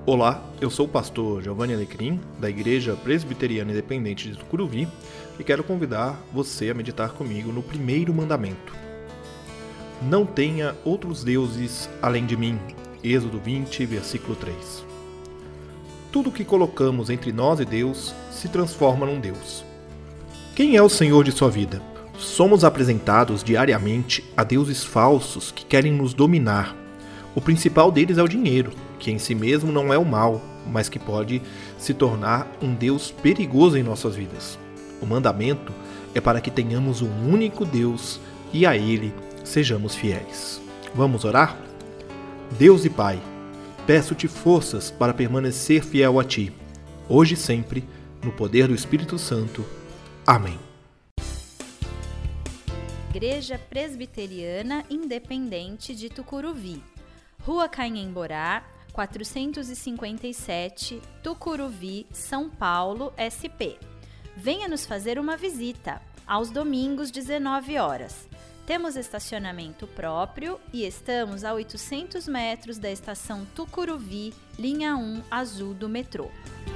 Olá, eu sou o pastor Giovanni Alecrim, da Igreja Presbiteriana Independente de Tucuruvi, e quero convidar você a meditar comigo no primeiro mandamento. Não tenha outros deuses além de mim. Êxodo 20, versículo 3. Tudo que colocamos entre nós e Deus se transforma num Deus. Quem é o Senhor de sua vida? Somos apresentados diariamente a deuses falsos que querem nos dominar. O principal deles é o dinheiro, que em si mesmo não é o mal, mas que pode se tornar um Deus perigoso em nossas vidas. O mandamento é para que tenhamos um único Deus e a Ele sejamos fiéis. Vamos orar? Deus e Pai, peço-te forças para permanecer fiel a Ti, hoje e sempre, no poder do Espírito Santo. Amém. Igreja Presbiteriana Independente de Tucuruvi, Rua Canhemborá, 457, Tucuruvi, São Paulo, SP. Venha nos fazer uma visita, aos domingos, 19 horas. Temos estacionamento próprio e estamos a 800 metros da estação Tucuruvi, linha 1 azul do metrô.